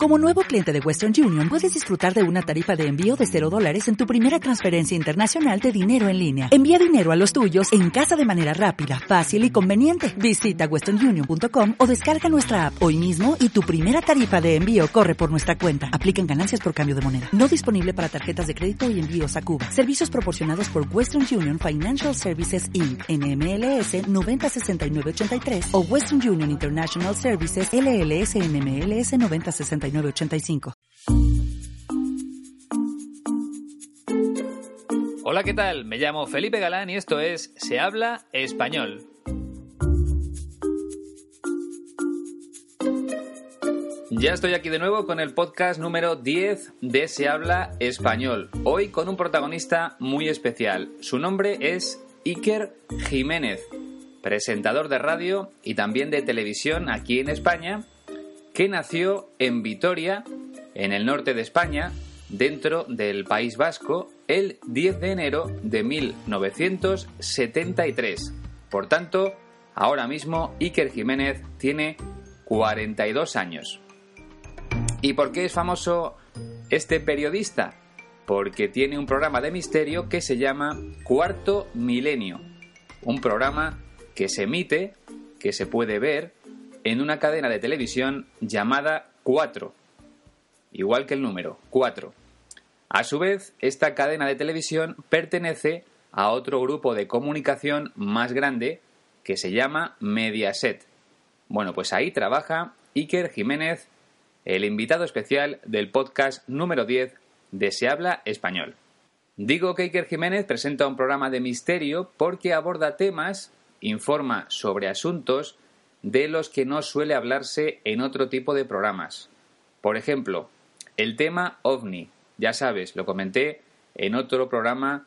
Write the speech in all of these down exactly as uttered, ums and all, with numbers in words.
Como nuevo cliente de Western Union, puedes disfrutar de una tarifa de envío de cero dólares en tu primera transferencia internacional de dinero en línea. Envía dinero a los tuyos en casa de manera rápida, fácil y conveniente. Visita western union punto com o descarga nuestra app hoy mismo y tu primera tarifa de envío corre por nuestra cuenta. Aplican ganancias por cambio de moneda. No disponible para tarjetas de crédito y envíos a Cuba. Servicios proporcionados por Western Union Financial Services incorporated. N M L S noventa sesenta y nueve ochenta y tres o Western Union International Services L L S N M L S noventa sesenta y nueve ochenta y cinco. Hola, ¿qué tal? Me llamo Felipe Galán y esto es Se Habla Español. Ya estoy aquí de nuevo con el podcast número diez de Se Habla Español. Hoy con un protagonista muy especial. Su nombre es Iker Jiménez, presentador de radio y también de televisión aquí en España, que nació en Vitoria, en el norte de España, dentro del País Vasco, el diez de enero de mil novecientos setenta y tres. Por tanto, ahora mismo Iker Jiménez tiene cuarenta y dos años. ¿Y por qué es famoso este periodista? Porque tiene un programa de misterio que se llama Cuarto Milenio. Un programa que se emite, que se puede ver, en una cadena de televisión llamada Cuatro. Igual que el número, Cuatro. A su vez, esta cadena de televisión pertenece a otro grupo de comunicación más grande que se llama Mediaset. Bueno, pues ahí trabaja Iker Jiménez, el invitado especial del podcast número diez de Se Habla Español. Digo que Iker Jiménez presenta un programa de misterio porque aborda temas, informa sobre asuntos de los que no suele hablarse en otro tipo de programas. Por ejemplo, el tema OVNI. Ya sabes, lo comenté en otro programa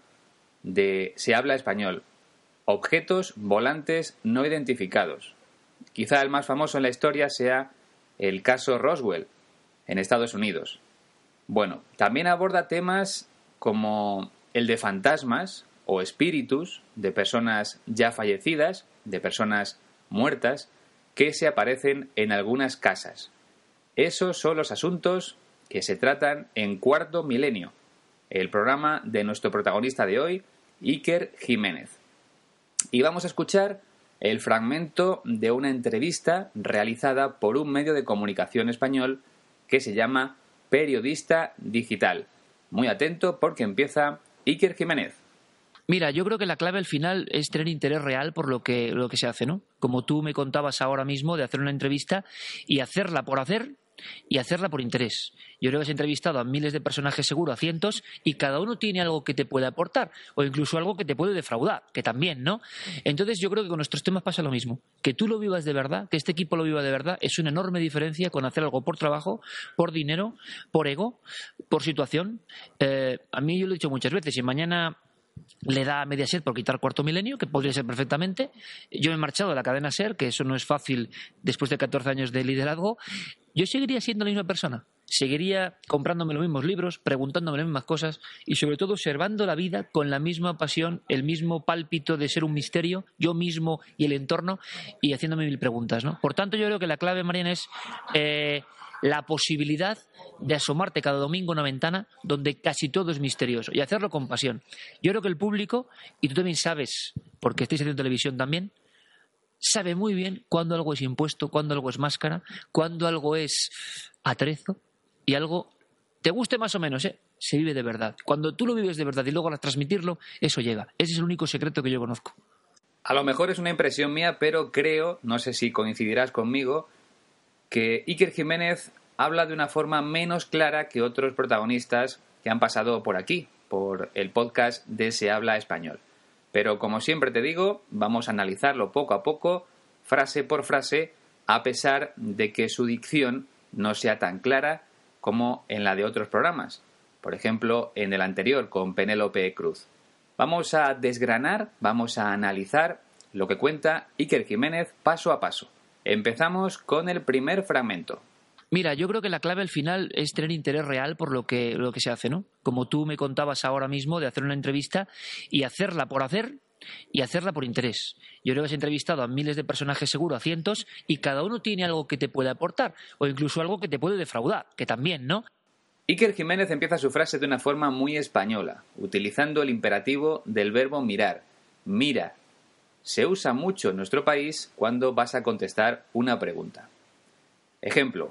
de Se Habla Español. Objetos volantes no identificados. Quizá el más famoso en la historia sea el caso Roswell, en Estados Unidos. Bueno, también aborda temas como el de fantasmas o espíritus de personas ya fallecidas, de personas muertas, que se aparecen en algunas casas. Esos son los asuntos que se tratan en Cuarto Milenio, el programa de nuestro protagonista de hoy, Iker Jiménez. Y vamos a escuchar el fragmento de una entrevista realizada por un medio de comunicación español que se llama Periodista Digital. Muy atento porque empieza Iker Jiménez. Mira, yo creo que la clave al final es tener interés real por lo que, lo que se hace, ¿no? Como tú me contabas ahora mismo de hacer una entrevista y hacerla por hacer y hacerla por interés. Yo creo que has entrevistado a miles de personajes, seguro a cientos, y cada uno tiene algo que te puede aportar o incluso algo que te puede defraudar, que también, ¿no? Entonces yo creo que con nuestros temas pasa lo mismo. Que tú lo vivas de verdad, que este equipo lo viva de verdad, es una enorme diferencia con hacer algo por trabajo, por dinero, por ego, por situación. Eh, a mí yo lo he dicho muchas veces, y mañana le da a Mediaset por quitar Cuarto Milenio, que podría ser perfectamente. Yo me he marchado de la cadena SER, que eso no es fácil después de catorce años de liderazgo. Yo seguiría siendo la misma persona. Seguiría comprándome los mismos libros, preguntándome las mismas cosas y sobre todo observando la vida con la misma pasión, el mismo pálpito de ser un misterio, yo mismo y el entorno, y haciéndome mil preguntas, ¿no? Por tanto, yo creo que la clave, Mariana, es eh, la posibilidad de asomarte cada domingo a una ventana donde casi todo es misterioso y hacerlo con pasión. Yo creo que el público, y tú también sabes, porque estáis haciendo televisión también, sabe muy bien cuándo algo es impuesto, cuándo algo es máscara, cuándo algo es atrezo y algo, te guste más o menos, ¿eh? Se vive de verdad. Cuando tú lo vives de verdad y luego al transmitirlo, eso llega. Ese es el único secreto que yo conozco. A lo mejor es una impresión mía, pero creo, no sé si coincidirás conmigo, que Iker Jiménez habla de una forma menos clara que otros protagonistas que han pasado por aquí, por el podcast de Se Habla Español. Pero como siempre te digo, vamos a analizarlo poco a poco, frase por frase, a pesar de que su dicción no sea tan clara como en la de otros programas. Por ejemplo, en el anterior con Penélope Cruz. Vamos a desgranar, vamos a analizar lo que cuenta Iker Jiménez paso a paso. Empezamos con el primer fragmento. Mira, yo creo que la clave al final es tener interés real por lo que, lo que se hace, ¿no? Como tú me contabas ahora mismo de hacer una entrevista y hacerla por hacer y hacerla por interés. Yo creo que has entrevistado a miles de personajes, seguro, a cientos, y cada uno tiene algo que te puede aportar, o incluso algo que te puede defraudar, que también, ¿no? Iker Jiménez empieza su frase de una forma muy española, utilizando el imperativo del verbo mirar. Mira. Se usa mucho en nuestro país cuando vas a contestar una pregunta. Ejemplo.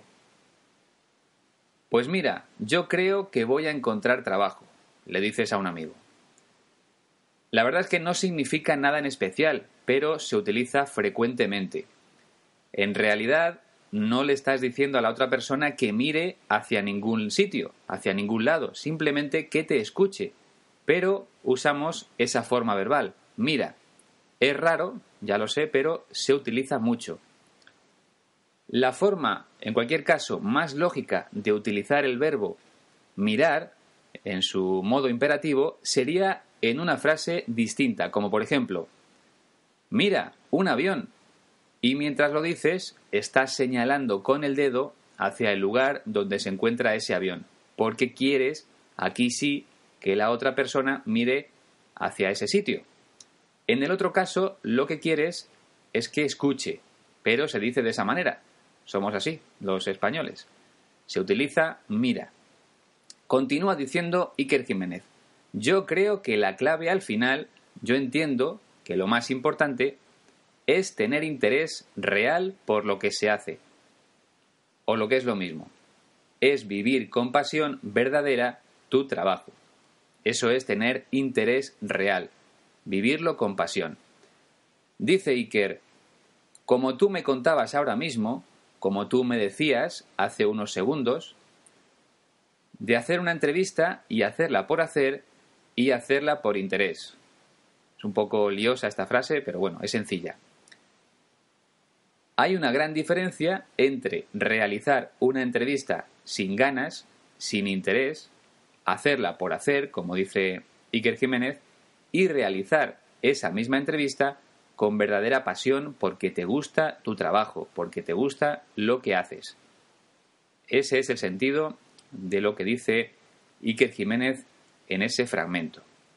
Pues mira, yo creo que voy a encontrar trabajo, le dices a un amigo. La verdad es que no significa nada en especial, pero se utiliza frecuentemente. En realidad, no le estás diciendo a la otra persona que mire hacia ningún sitio, hacia ningún lado, simplemente que te escuche. Pero usamos esa forma verbal, mira. Es raro, ya lo sé, pero se utiliza mucho. La forma, en cualquier caso, más lógica de utilizar el verbo mirar, en su modo imperativo, sería en una frase distinta, como por ejemplo, mira, un avión. Y mientras lo dices, estás señalando con el dedo hacia el lugar donde se encuentra ese avión, porque quieres, aquí sí, que la otra persona mire hacia ese sitio. En el otro caso, lo que quieres es que escuche, pero se dice de esa manera. Somos así, los españoles. Se utiliza mira. Continúa diciendo Iker Jiménez. Yo creo que la clave al final, yo entiendo que lo más importante es tener interés real por lo que se hace. O lo que es lo mismo. Es vivir con pasión verdadera tu trabajo. Eso es tener interés real. Vivirlo con pasión. Dice Iker, como tú me contabas ahora mismo, como tú me decías hace unos segundos, de hacer una entrevista y hacerla por hacer y hacerla por interés. Es un poco liosa esta frase, pero bueno, es sencilla. Hay una gran diferencia entre realizar una entrevista sin ganas, sin interés, hacerla por hacer, como dice Iker Jiménez, y realizar esa misma entrevista con verdadera pasión porque te gusta tu trabajo, porque te gusta lo que haces. Ese es el sentido de lo que dice Iker Jiménez en ese fragmento.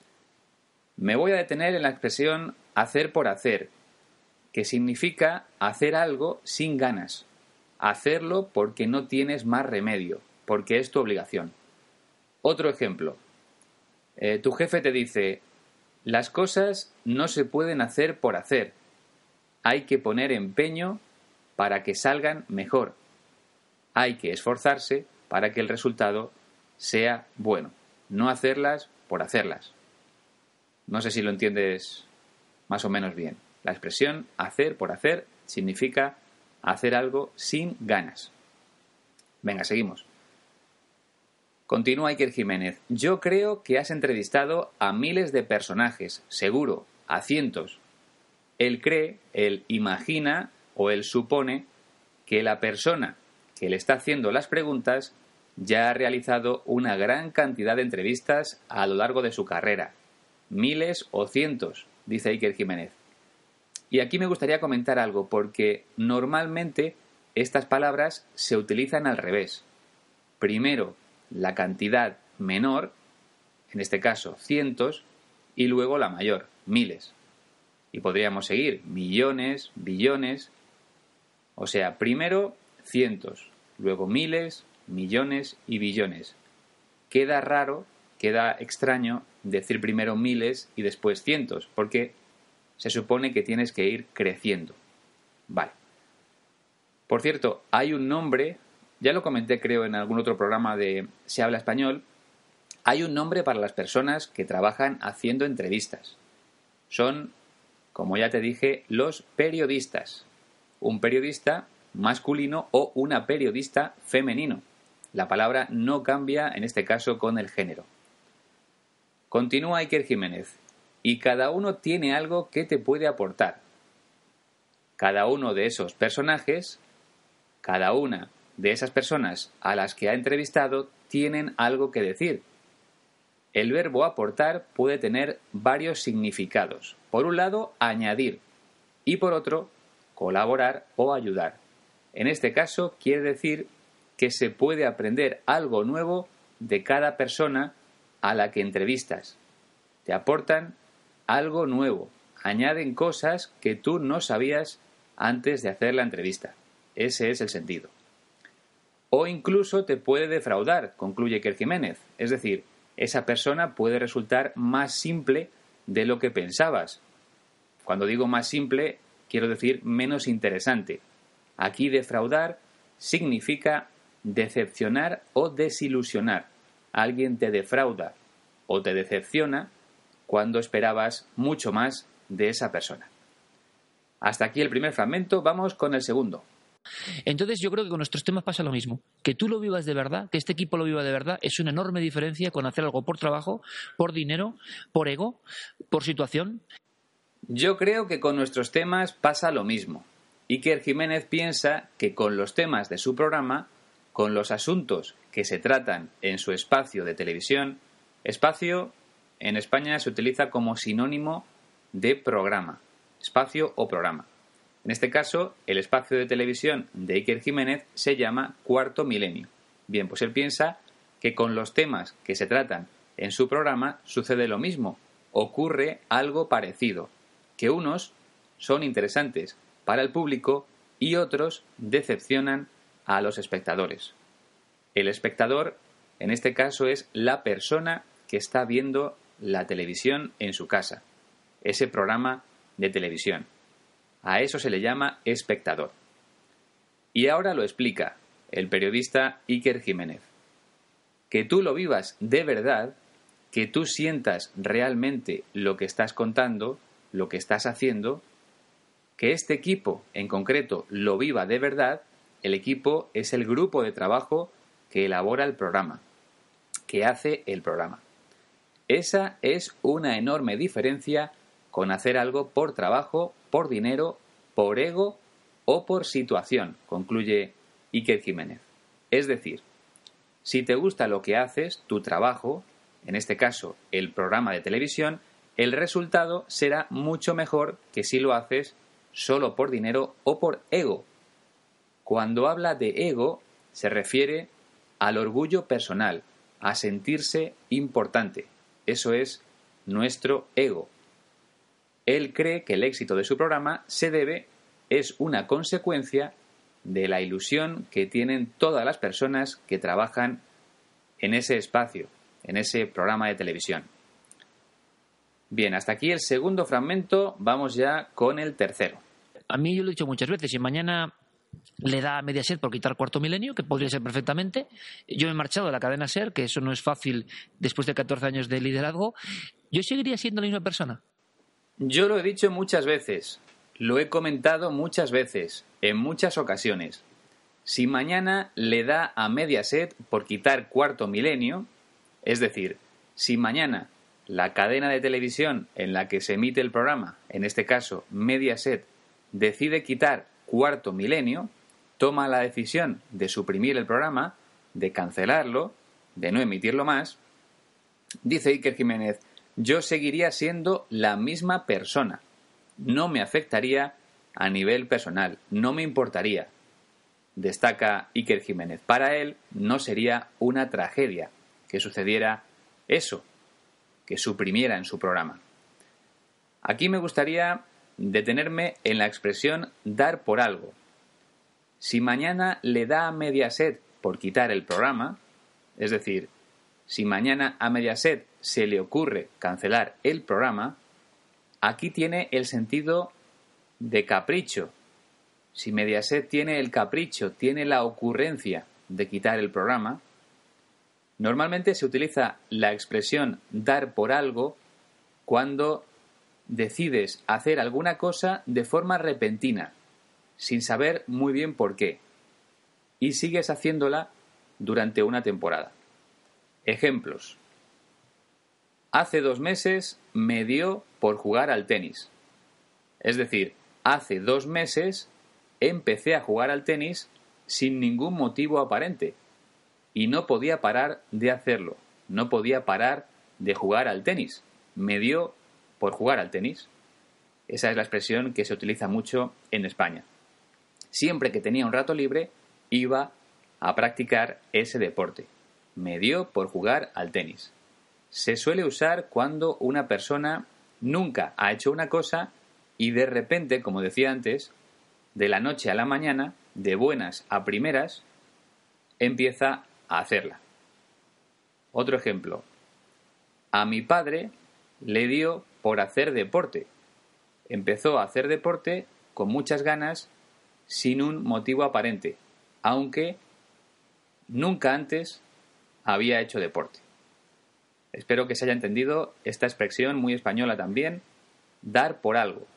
Me voy a detener en la expresión hacer por hacer, que significa hacer algo sin ganas, hacerlo porque no tienes más remedio, porque es tu obligación. Otro ejemplo. Eh, tu jefe te dice, las cosas no se pueden hacer por hacer. Hay que poner empeño para que salgan mejor. Hay que esforzarse para que el resultado sea bueno. No hacerlas por hacerlas. No sé si lo entiendes más o menos bien. La expresión hacer por hacer significa hacer algo sin ganas. Venga, seguimos. Continúa Iker Jiménez. Yo creo que has entrevistado a miles de personajes, seguro, a cientos. Él cree, él imagina o él supone que la persona que le está haciendo las preguntas ya ha realizado una gran cantidad de entrevistas a lo largo de su carrera. Miles o cientos, dice Iker Jiménez. Y aquí me gustaría comentar algo, porque normalmente estas palabras se utilizan al revés. Primero, la cantidad menor, en este caso cientos, y luego la mayor, miles. Y podríamos seguir millones, billones, o sea, primero cientos, luego miles, millones y billones. Queda raro, queda extraño decir primero miles y después cientos, porque se supone que tienes que ir creciendo. Vale. Por cierto, hay un nombre, ya lo comenté creo en algún otro programa de Se habla español, hay un nombre para las personas que trabajan haciendo entrevistas. Son, como ya te dije, los periodistas. Un periodista masculino o una periodista femenino. La palabra no cambia en este caso con el género. Continúa Iker Jiménez. Y cada uno tiene algo que te puede aportar. Cada uno de esos personajes, cada una de esas personas a las que ha entrevistado tienen algo que decir. El verbo aportar puede tener varios significados. Por un lado, añadir y por otro, colaborar o ayudar. En este caso, quiere decir que se puede aprender algo nuevo de cada persona a la que entrevistas. Te aportan algo nuevo, añaden cosas que tú no sabías antes de hacer la entrevista. Ese es el sentido. O incluso te puede defraudar, concluye Iker Jiménez. Es decir, esa persona puede resultar más simple de lo que pensabas. Cuando digo más simple, quiero decir menos interesante. Aquí defraudar significa decepcionar o desilusionar. Alguien te defrauda o te decepciona cuando esperabas mucho más de esa persona. Hasta aquí el primer fragmento, vamos con el segundo. Entonces yo creo que con nuestros temas pasa lo mismo. Que tú lo vivas de verdad, que este equipo lo viva de verdad, es una enorme diferencia con hacer algo por trabajo, por dinero, por ego, por situación. Yo creo que con nuestros temas pasa lo mismo. Iker Jiménez piensa que con los temas de su programa, con los asuntos que se tratan en su espacio de televisión, espacio en España se utiliza como sinónimo de programa, espacio o programa. En este caso, el espacio de televisión de Iker Jiménez se llama Cuarto Milenio. Bien, pues él piensa que con los temas que se tratan en su programa sucede lo mismo, ocurre algo parecido, que unos son interesantes para el público y otros decepcionan a los espectadores. El espectador, en este caso, es la persona que está viendo la televisión en su casa, ese programa de televisión. A eso se le llama espectador. Y ahora lo explica el periodista Iker Jiménez. Que tú lo vivas de verdad, que tú sientas realmente lo que estás contando, lo que estás haciendo, que este equipo en concreto lo viva de verdad. El equipo es el grupo de trabajo que elabora el programa, que hace el programa. Esa es una enorme diferencia con hacer algo por trabajo, por dinero, por ego o por situación, concluye Iker Jiménez. Es decir, si te gusta lo que haces, tu trabajo, en este caso el programa de televisión, el resultado será mucho mejor que si lo haces solo por dinero o por ego. Cuando habla de ego, se refiere al orgullo personal, a sentirse importante. Eso es nuestro ego. Él cree que el éxito de su programa se debe, es una consecuencia de la ilusión que tienen todas las personas que trabajan en ese espacio, en ese programa de televisión. Bien, hasta aquí el segundo fragmento, vamos ya con el tercero. A mí yo lo he dicho muchas veces, si mañana le da a Mediaset por quitar Cuarto Milenio, que podría ser perfectamente, yo me he marchado de la cadena SER, que eso no es fácil después de catorce años de liderazgo, yo seguiría siendo la misma persona. Yo lo he dicho muchas veces, lo he comentado muchas veces, en muchas ocasiones. Si mañana le da a Mediaset por quitar Cuarto Milenio, es decir, si mañana la cadena de televisión en la que se emite el programa, en este caso Mediaset, decide quitar Cuarto Milenio, toma la decisión de suprimir el programa, de cancelarlo, de no emitirlo más, dice Iker Jiménez, yo seguiría siendo la misma persona. No me afectaría a nivel personal, no me importaría. Destaca Iker Jiménez. Para él no sería una tragedia que sucediera eso, que suprimiera en su programa. Aquí me gustaría detenerme en la expresión dar por algo. Si mañana le da a Mediaset por quitar el programa, es decir, si mañana a Mediaset se le ocurre cancelar el programa, aquí tiene el sentido de capricho. Si Mediaset tiene el capricho, tiene la ocurrencia de quitar el programa, normalmente se utiliza la expresión dar por algo cuando decides hacer alguna cosa de forma repentina, sin saber muy bien por qué, y sigues haciéndola durante una temporada. Ejemplos. Hace dos meses me dio por jugar al tenis. Es decir, hace dos meses empecé a jugar al tenis sin ningún motivo aparente y no podía parar de hacerlo, no podía parar de jugar al tenis. Me dio por jugar al tenis. Esa es la expresión que se utiliza mucho en España. Siempre que tenía un rato libre, iba a practicar ese deporte. Me dio por jugar al tenis. Se suele usar cuando una persona nunca ha hecho una cosa y de repente, como decía antes, de la noche a la mañana, de buenas a primeras, empieza a hacerla. Otro ejemplo. A mi padre le dio por hacer deporte. Empezó a hacer deporte con muchas ganas, sin un motivo aparente, aunque nunca antes había hecho deporte. Espero que se haya entendido esta expresión muy española también, dar por algo.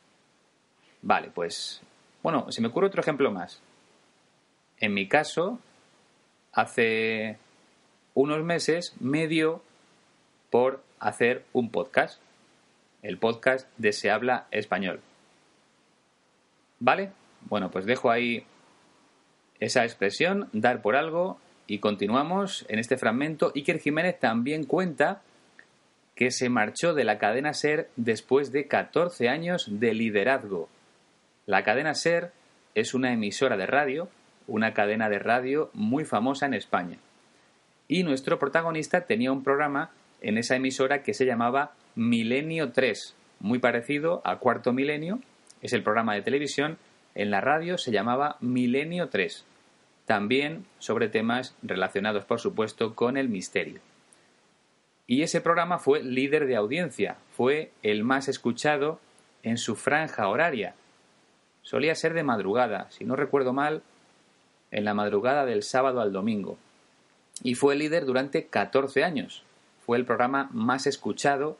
Vale, pues, bueno, se me ocurre otro ejemplo más. En mi caso, hace unos meses me dio por hacer un podcast, el podcast de Se Habla Español. ¿Vale? Bueno, pues dejo ahí esa expresión, dar por algo, y continuamos en este fragmento. Iker Jiménez también cuenta que se marchó de la cadena SER después de catorce años de liderazgo. La cadena SER es una emisora de radio, una cadena de radio muy famosa en España. Y nuestro protagonista tenía un programa en esa emisora que se llamaba Milenio tres, muy parecido a Cuarto Milenio, es el programa de televisión. En la radio se llamaba Milenio tres, también sobre temas relacionados, por supuesto, con el misterio. Y ese programa fue líder de audiencia, fue el más escuchado en su franja horaria. Solía ser de madrugada, si no recuerdo mal, en la madrugada del sábado al domingo. Y fue líder durante catorce años. Fue el programa más escuchado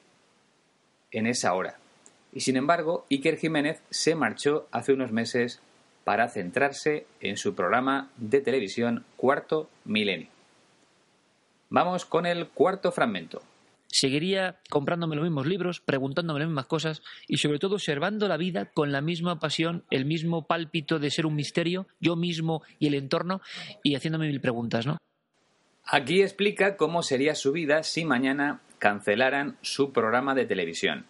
en esa hora. Y sin embargo, Iker Jiménez se marchó hace unos meses para centrarse en su programa de televisión Cuarto Milenio. Vamos con el cuarto fragmento. Seguiría comprándome los mismos libros, preguntándome las mismas cosas y sobre todo observando la vida con la misma pasión, el mismo pálpito de ser un misterio, yo mismo y el entorno, y haciéndome mil preguntas, ¿no? Aquí explica cómo sería su vida si mañana cancelaran su programa de televisión.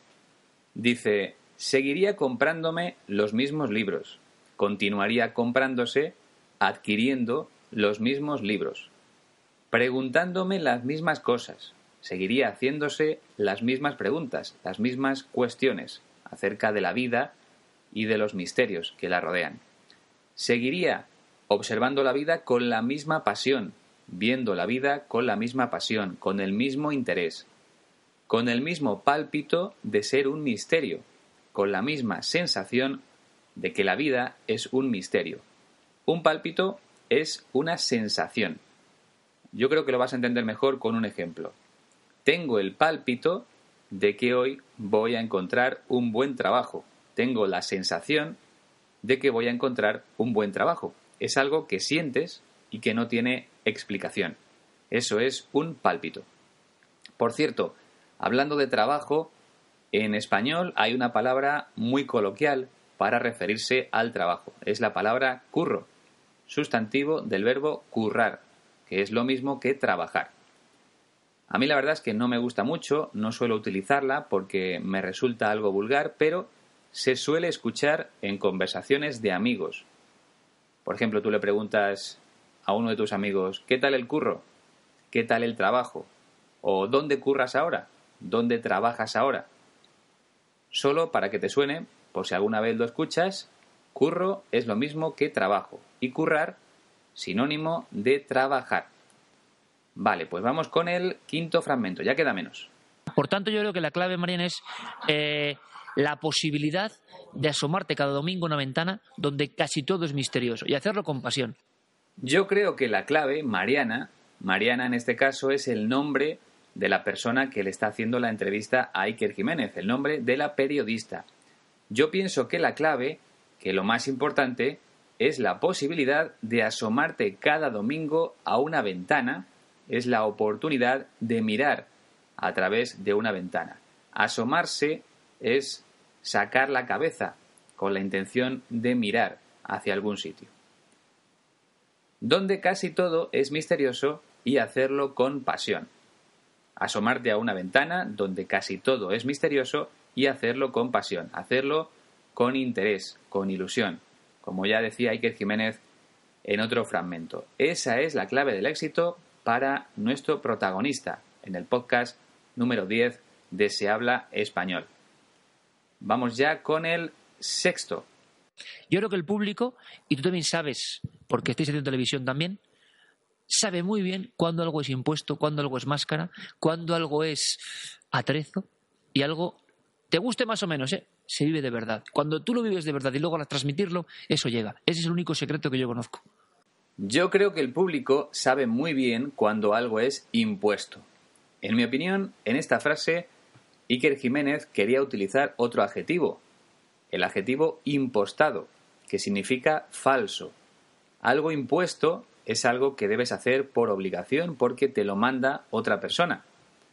Dice, seguiría comprándome los mismos libros, continuaría comprándose, adquiriendo los mismos libros, preguntándome las mismas cosas, seguiría haciéndose las mismas preguntas, las mismas cuestiones acerca de la vida y de los misterios que la rodean. Seguiría observando la vida con la misma pasión, viendo la vida con la misma pasión, con el mismo interés, con el mismo pálpito de ser un misterio, con la misma sensación de que la vida es un misterio. Un pálpito es una sensación. Yo creo que lo vas a entender mejor con un ejemplo. Tengo el pálpito de que hoy voy a encontrar un buen trabajo. Tengo la sensación de que voy a encontrar un buen trabajo. Es algo que sientes y que no tiene explicación. Eso es un pálpito. Por cierto, hablando de trabajo, en español hay una palabra muy coloquial para referirse al trabajo. Es la palabra curro, sustantivo del verbo currar, que es lo mismo que trabajar. A mí la verdad es que no me gusta mucho, no suelo utilizarla porque me resulta algo vulgar, pero se suele escuchar en conversaciones de amigos. Por ejemplo, tú le preguntas a uno de tus amigos, ¿qué tal el curro? ¿Qué tal el trabajo? ¿O dónde curras ahora? ¿Dónde trabajas ahora? Solo para que te suene, por si alguna vez lo escuchas, curro es lo mismo que trabajo y currar, sinónimo de trabajar. Vale, pues vamos con el quinto fragmento, ya queda menos. Por tanto, yo creo que la clave, Mariana, es eh, la posibilidad de asomarte cada domingo a una ventana donde casi todo es misterioso y hacerlo con pasión. Yo creo que la clave, Mariana, Mariana en este caso es el nombre de la persona que le está haciendo la entrevista a Iker Jiménez, el nombre de la periodista. Yo pienso que la clave, que lo más importante, es la posibilidad de asomarte cada domingo a una ventana, es la oportunidad de mirar a través de una ventana. Asomarse es sacar la cabeza con la intención de mirar hacia algún sitio. Donde casi todo es misterioso y hacerlo con pasión. Asomarte a una ventana donde casi todo es misterioso y hacerlo con pasión, hacerlo con interés, con ilusión, como ya decía Iker Jiménez en otro fragmento. Esa es la clave del éxito para nuestro protagonista en el podcast número diez de Se Habla Español. Vamos ya con el sexto. Yo creo que el público, y tú también sabes, porque estáis haciendo televisión también, sabe muy bien cuándo algo es impuesto, cuándo algo es máscara, cuándo algo es atrezo y algo, te guste más o menos, ¿eh? Se vive de verdad. Cuando tú lo vives de verdad y luego al transmitirlo, eso llega. Ese es el único secreto que yo conozco. Yo creo que el público sabe muy bien cuando algo es impuesto. En mi opinión, en esta frase, Iker Jiménez quería utilizar otro adjetivo, el adjetivo impostado, que significa falso. Algo impuesto es algo que debes hacer por obligación porque te lo manda otra persona.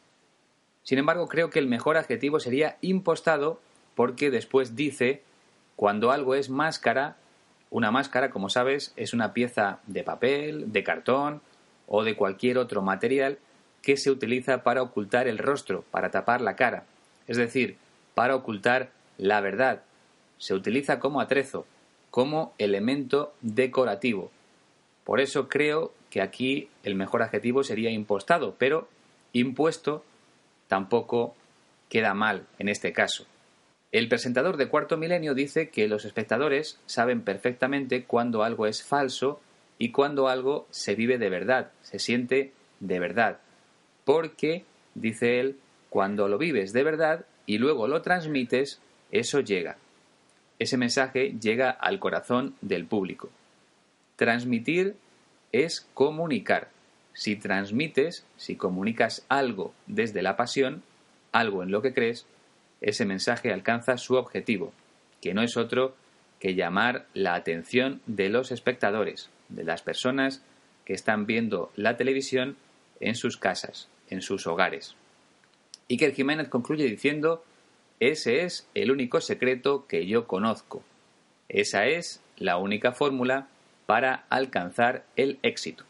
Sin embargo, creo que el mejor adjetivo sería impostado porque después dice cuando algo es máscara. Una máscara, como sabes, es una pieza de papel, de cartón o de cualquier otro material que se utiliza para ocultar el rostro, para tapar la cara, es decir, para ocultar la verdad. Se utiliza como atrezo, como elemento decorativo. Por eso creo que aquí el mejor adjetivo sería impostado, pero impuesto tampoco queda mal en este caso. El presentador de Cuarto Milenio dice que los espectadores saben perfectamente cuando algo es falso y cuando algo se vive de verdad, se siente de verdad. Porque, dice él, cuando lo vives de verdad y luego lo transmites, eso llega. Ese mensaje llega al corazón del público. Transmitir es comunicar. Si transmites, si comunicas algo desde la pasión, algo en lo que crees, ese mensaje alcanza su objetivo, que no es otro que llamar la atención de los espectadores, de las personas que están viendo la televisión en sus casas, en sus hogares. Iker Jiménez concluye diciendo: ese es el único secreto que yo conozco. Esa es la única fórmula para alcanzar el éxito.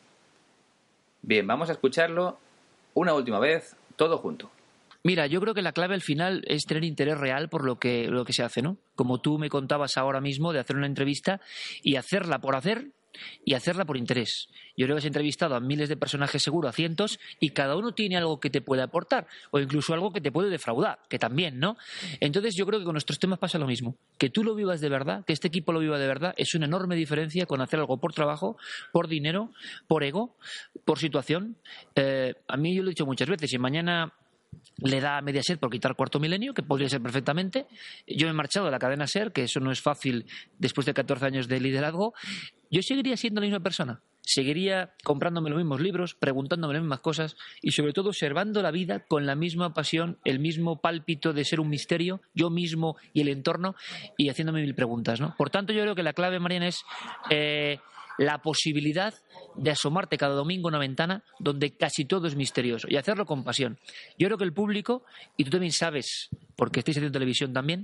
Bien, vamos a escucharlo una última vez, todo junto. Mira, yo creo que la clave al final es tener interés real por lo que, lo que se hace, ¿no? Como tú me contabas ahora mismo de hacer una entrevista y hacerla por hacer y hacerla por interés. Yo creo que has entrevistado a miles de personajes, seguro, a cientos, y cada uno tiene algo que te puede aportar o incluso algo que te puede defraudar, que también, ¿no? Entonces yo creo que con nuestros temas pasa lo mismo. Que tú lo vivas de verdad, que este equipo lo viva de verdad, es una enorme diferencia con hacer algo por trabajo, por dinero, por ego, por situación. Eh, a mí yo lo he dicho muchas veces, y mañana le da a Mediaset por quitar Cuarto Milenio, que podría ser perfectamente. Yo me he marchado de la cadena SER, que eso no es fácil después de catorce años de liderazgo. Yo seguiría siendo la misma persona. Seguiría comprándome los mismos libros, preguntándome las mismas cosas y sobre todo observando la vida con la misma pasión, el mismo pálpito de ser un misterio, yo mismo y el entorno, y haciéndome mil preguntas, ¿no? Por tanto, yo creo que la clave, Mariana, es eh, la posibilidad de asomarte cada domingo a una ventana donde casi todo es misterioso y hacerlo con pasión. Yo creo que el público, y tú también sabes, porque estáis haciendo televisión también,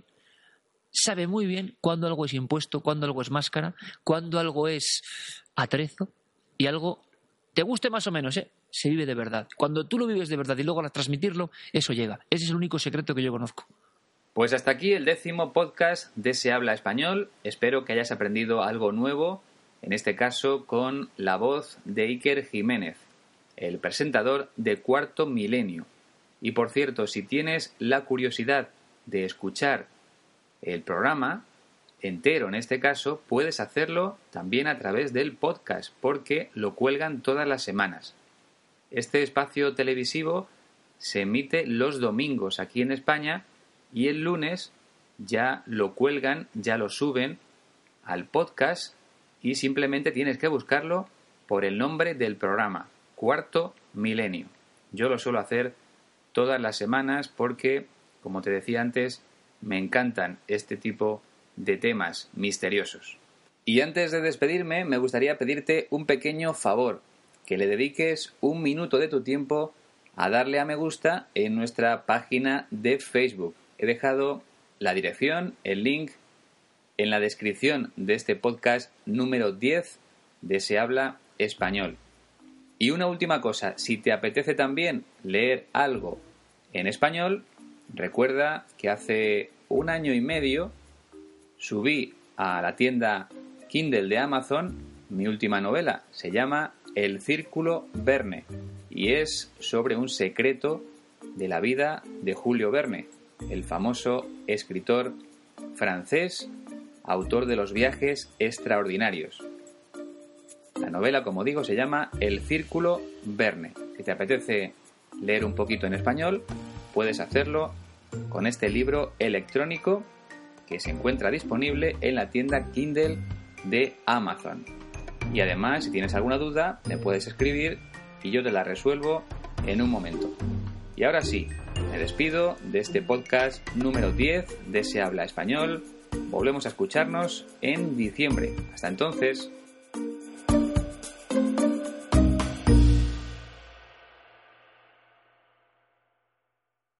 sabe muy bien cuándo algo es impuesto, cuándo algo es máscara, cuándo algo es atrezo y algo, te guste más o menos, ¿eh? Se vive de verdad. Cuando tú lo vives de verdad y luego al transmitirlo, eso llega. Ese es el único secreto que yo conozco. Pues hasta aquí el décimo podcast de Se Habla Español. Espero que hayas aprendido algo nuevo, en este caso con la voz de Iker Jiménez, el presentador de Cuarto Milenio. Y por cierto, si tienes la curiosidad de escuchar el programa entero, en este caso, puedes hacerlo también a través del podcast, porque lo cuelgan todas las semanas. Este espacio televisivo se emite los domingos aquí en España y el lunes ya lo cuelgan, ya lo suben al podcast y simplemente tienes que buscarlo por el nombre del programa, Cuarto Milenio. Yo lo suelo hacer todas las semanas porque, como te decía antes, me encantan este tipo de temas misteriosos. Y antes de despedirme, me gustaría pedirte un pequeño favor, que le dediques un minuto de tu tiempo a darle a me gusta en nuestra página de Facebook. He dejado la dirección, el link, en la descripción de este podcast número diez de Se Habla Español. Y una última cosa, si te apetece también leer algo en español, recuerda que hace un año y medio subí a la tienda Kindle de Amazon mi última novela. Se llama El Círculo Verne y es sobre un secreto de la vida de Julio Verne, el famoso escritor francés, autor de los viajes extraordinarios. La novela, como digo, se llama El Círculo Verne. Si te apetece leer un poquito en español, puedes hacerlo con este libro electrónico que se encuentra disponible en la tienda Kindle de Amazon. Y además, si tienes alguna duda, me puedes escribir y yo te la resuelvo en un momento. Y ahora sí, me despido de este podcast número diez de Se Habla Español. Volvemos a escucharnos en diciembre. Hasta entonces.